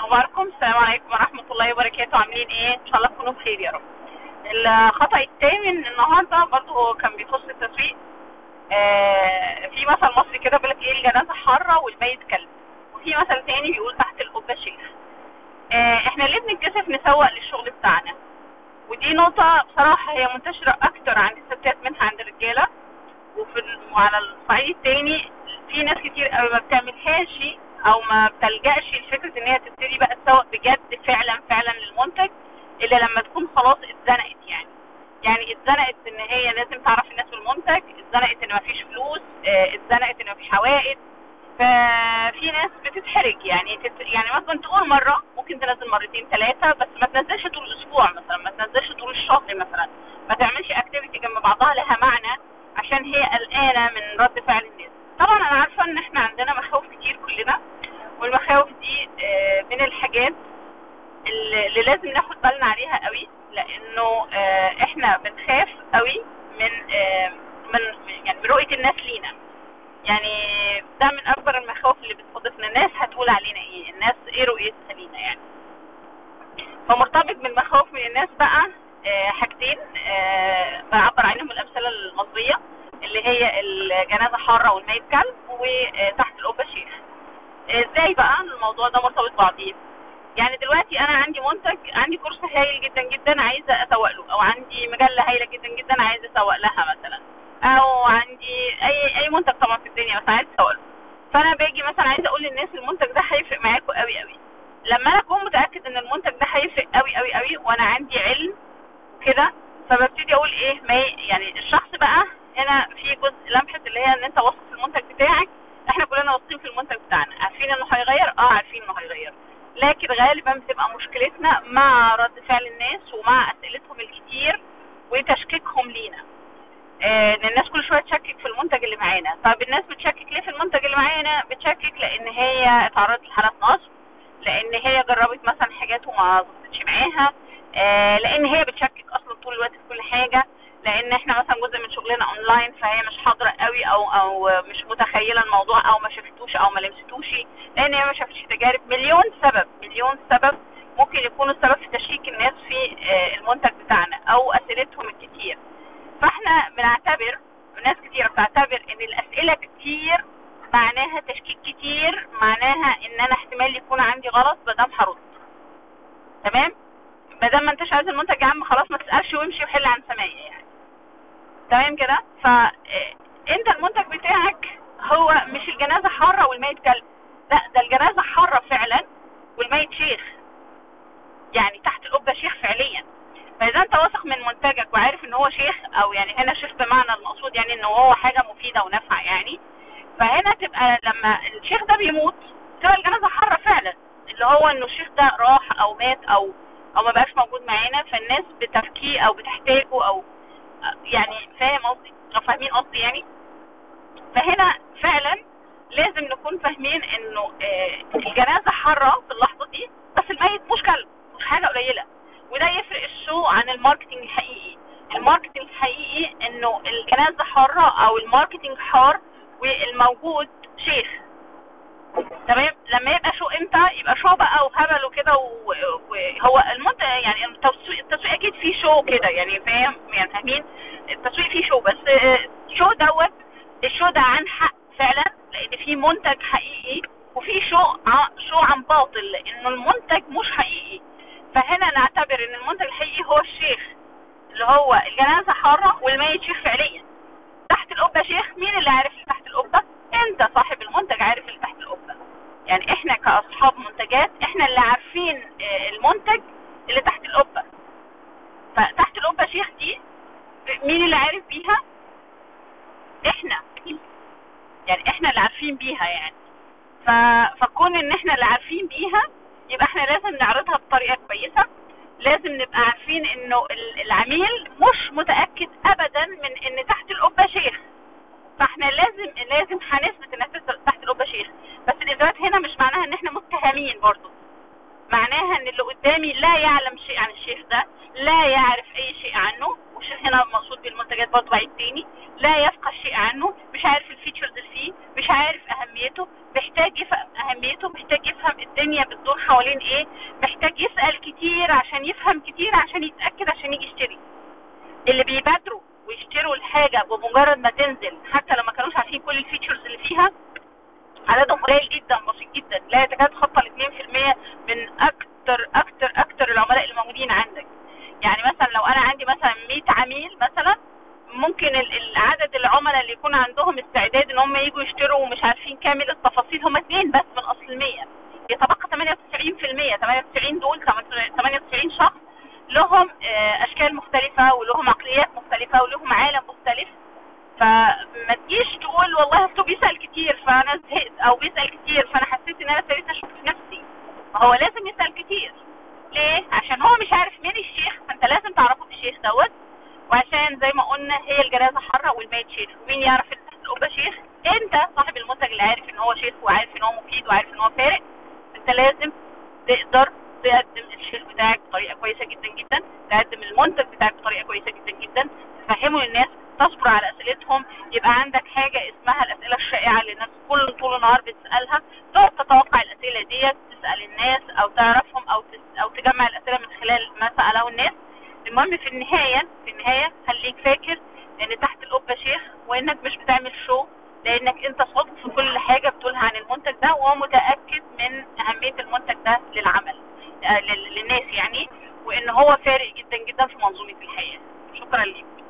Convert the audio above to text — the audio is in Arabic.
اخباركم؟ السلام عليكم ورحمه الله وبركاته. عاملين ايه؟ ان شاء الله تكونوا بخير يا رب. الخطأ الثامن النهارده برضه هو كان بيخص التسويق. في مثل مصري كده بيقول لك ايه، الجنازه حاره والميت كلب. وفي مثل تاني بيقول تحت القبه شيخ. احنا ليه بنتكسف نسوق للشغل بتاعنا؟ ودي نقطه بصراحه هي منتشره اكتر عند الستات منها عند الرجاله. وعلى الصعيد التاني في ناس كتير قوي ما بتعملهاش او ما بتلجأش لفكره ان هي تبتدي بقى تسوق بجد فعلا للمنتج الا لما تكون خلاص اتزنقت. يعني اتزنقت ان هي لازم تعرف الناس بالمنتج، اتزنقت ان مفيش فلوس، اتزنقت ان مفيش عوائد. ففي ناس بتتحرج، يعني مثلا تقول مره، ممكن تنزل مرتين ثلاثه، بس ما تنزلش طول الاسبوع مثلا، ما تنزلش طول الشهر مثلا، ما تعملش اكتيفيتي جنب بعضها لها معنى عشان هي قلقانه من رد فعل الناس. طبعا انا عارفه ان احنا عندنا مخاوف كتير كلنا، والمخاوف دي من الحاجات اللي لازم ناخد بالنا عليها قوي، لانه احنا بنخاف قوي من يعني رؤيه الناس لينا. يعني ده من اكبر المخاوف اللي بتستضيفنا. الناس هتقول علينا ايه؟ الناس ايه رؤيتها لينا يعني؟ فمرتبط بالمخاوف من الناس بقى حاجتين بعبر عنهم الامثله المصريه، اللي هي الجنازه حاره والميت كلب وتحت القبه شيخ. ازاي بقى الموضوع ده مرتبط بعضيه؟ يعني دلوقتي انا عندي منتج، عندي كورس هايل جدا جدا عايزه اسوق له، او عندي مجله هايله جدا جدا عايزه اسوق لها مثلا، او عندي اي منتج طبعا في الدنيا بس عايزه اسوق له. فانا باجي مثلا عايزه اقول للناس المنتج ده هيفرق معاكم قوي قوي. لما انا اكون متاكد ان المنتج ده هيفرق قوي قوي قوي وانا عندي علم كده، فببتدي اقول ايه، ما يعني الشخص بقى هنا في جزء لمحه اللي هي ان انت واثق في المنتج بتاعك. احنا كلنا واثقين في المنتج بتاعنا، عارفين انه هيغير، عارفين انه هيغير، لكن غالبا بتبقى مشكلتنا مع رد فعل الناس ومع اسئلتهم الكتير وتشكيكهم لينا. ان الناس كل شويه تشكك في المنتج اللي معانا. طب الناس بتشكك ليه في المنتج اللي معانا؟ بتشكك لان هي اتعرضت لحالات نصب، لان هي جربت مثلا حاجات وما ظبطتش معاها، لان هي بتشكك اصلا طول الوقت في كل حاجه، لان احنا مثلا جزء من شغلنا اونلاين، فهي مش حاضره قوي او مش متخيله الموضوع، او ما شافتوش او ما لمستوش، لان هي ما شافتش تجارب. مليون سبب ممكن يكونوا السبب في تشكيك الناس في المنتج بتاعنا او اسئلتهم الكتير. فاحنا بنعتبر، ناس كتير بتعتبر ان الاسئله كتير معناها تشكيك كتير، معناها ان انا احتمال يكون عندي غلط مادام هرد. تمام؟ مادام ما انتش عايز المنتج يا عم خلاص ما تسالش وامشي وحل عن سماعي يعني. تمام كده؟ فانت المنتج بتاعك هو مش الجنازه حاره والميت كلب، لا ده الجنازه حاره فعلا والميت شيخ، يعني تحت القبه شيخ فعليا. فاذا انت واثق من منتجك وعارف ان هو شيخ، او يعني هنا شيخ بمعنى المقصود يعني ان هو حاجه مفيده ونافعه يعني، فهنا تبقى لما الشيخ ده بيموت تبقى الجنازه حاره فعلا، اللي هو انه الشيخ ده راح او مات او ما بقاش موجود معانا، فالناس بتبكيه او بتحتاجه او يعني فاهم قصدي او فاهمين قصدي يعني. فهنا فعلا لازم نكون فاهمين انه الجنازه حاره في اللحظه دي، بس الميت مش كلب، مش حاجه قليله. وده يفرق الشو عن الماركتنج الحقيقي. الماركتنج الحقيقي انه الجنازه حاره او الماركتنج حار والموجود شيخ. تمام؟ لما يبقى شو امتى؟ يبقى شو بقى وهبل وكده، وهو المنتج يعني التسويق اكيد فيه شو كده يعني، فاهم يعني؟ فاهمين التسويق فيه شو، بس شو دوت الشو ده عن حق فعلا، لان في منتج حقيقي، وفي شو عن باطل لانه المنتج مش حقيقي. فهنا نعتبر ان المنتج الحقيقي هو الشيخ، اللي هو الجنازه حاره والميت شيخ فعليا. تحت القبه شيخ، مين اللي عارف اللي تحت القبه؟ انت صاحب المنتج عارف اللي تحت القبه. يعني احنا كاصحاب منتجات احنا اللي عارفين المنتج اللي تحت القبه. فتحت القبه شيخ دي مين اللي عارف بيها؟ احنا، يعني احنا اللي عارفين بيها يعني. فكون ان احنا اللي عارفين بيها يبقى احنا لازم نعرضها بطريقه كويسه. لازم نبقى عارفين انه العميل مش متاكد ابدا من ان تحت القبه شيخ، فاحنا لازم هنثبت ان تحت القبه شيخ. بس الاثبات هنا مش معناها ان احنا متهمين برضو، معناها ان اللي قدامي لا يعلم شيء عن الشيخ ده، لا يعرف اي شيء عنه، الشيخ هنا مقصود بالمنتجات برضه بعيد تاني، لا يفقه شيء عنه، مش عارف الفيتشرز اللي فيه، مش عارف اهميته، محتاج يفهم اهميته، محتاج يفهم الدنيا بتدور حوالين ايه، محتاج يسأل كتير عشان يفهم كتير عشان يتأكد عشان يجي يشتري. اللي بيبادروا ويشتروا الحاجة بمجرد ما تنزل حتى لو ما كانوش عارفين كل الفيتشرز اللي فيها عددهم قليل جدا، بسيط جدا، لا يتكاد يتخطى ال 2% من اكتر العملاء اللي موجودين عندك. يعني مثلا لو انا عندي مثلا 100 عميل مثلا، ممكن العدد العملاء اللي يكون عندهم استعداد ان هم يجوا يشتروا ومش عارفين كامل التفاصيل هم 2 بس من اصل 100. يتبقى 98%. 98 دول 98 شخص لهم اشكال مختلفة ولهم عقليات مختلفة ولهم عالم مختلف. فما تجيش تقول والله اصله بيسأل كتير فانا زهقت، او بيسأل كتير فانا حسيت ان انا ابتديت اشك في نفسي. ما هو لازم يسأل كتير. ليه؟ عشان هو مش عارف مين الشيخ، فانت لازم تعرفه بالشيخ دوت. وعشان زي ما قلنا هي الجنازة حرة والميت شيخ، ومين يعرف ان تحت القبة شيخ؟ انت صاحب المنتج اللي عارف ان هو شيخ وعارف ان هو مفيد وعارف ان هو فارق. انت لازم تقدر تقدم الشيخ بتاعك بطريقة كويسة جدا جدا، تقدم المنتج بتاعك بطريقة كويسة جدا جدا، تفهمه للناس، تصبر على اسئلتهم، يبقى عندك حاجة اسمها الاسئلة الشائعة اللي الناس طول النهار بتسألها، تقعد تتوقع الاسئلة ديت، تسأل الناس او تعرفهم او تجمع الاسئلة من خلال ما سأله الناس. المهم في النهاية خليك فاكر ان تحت القبة شيخ، وانك مش بتعمل شو، لانك انت صادق في كل حاجة بتقولها عن المنتج ده، ومتأكد من اهمية المنتج ده للعمل للناس يعني، وان هو فارق جدا جدا في منظومة الحياة. شكرا لك.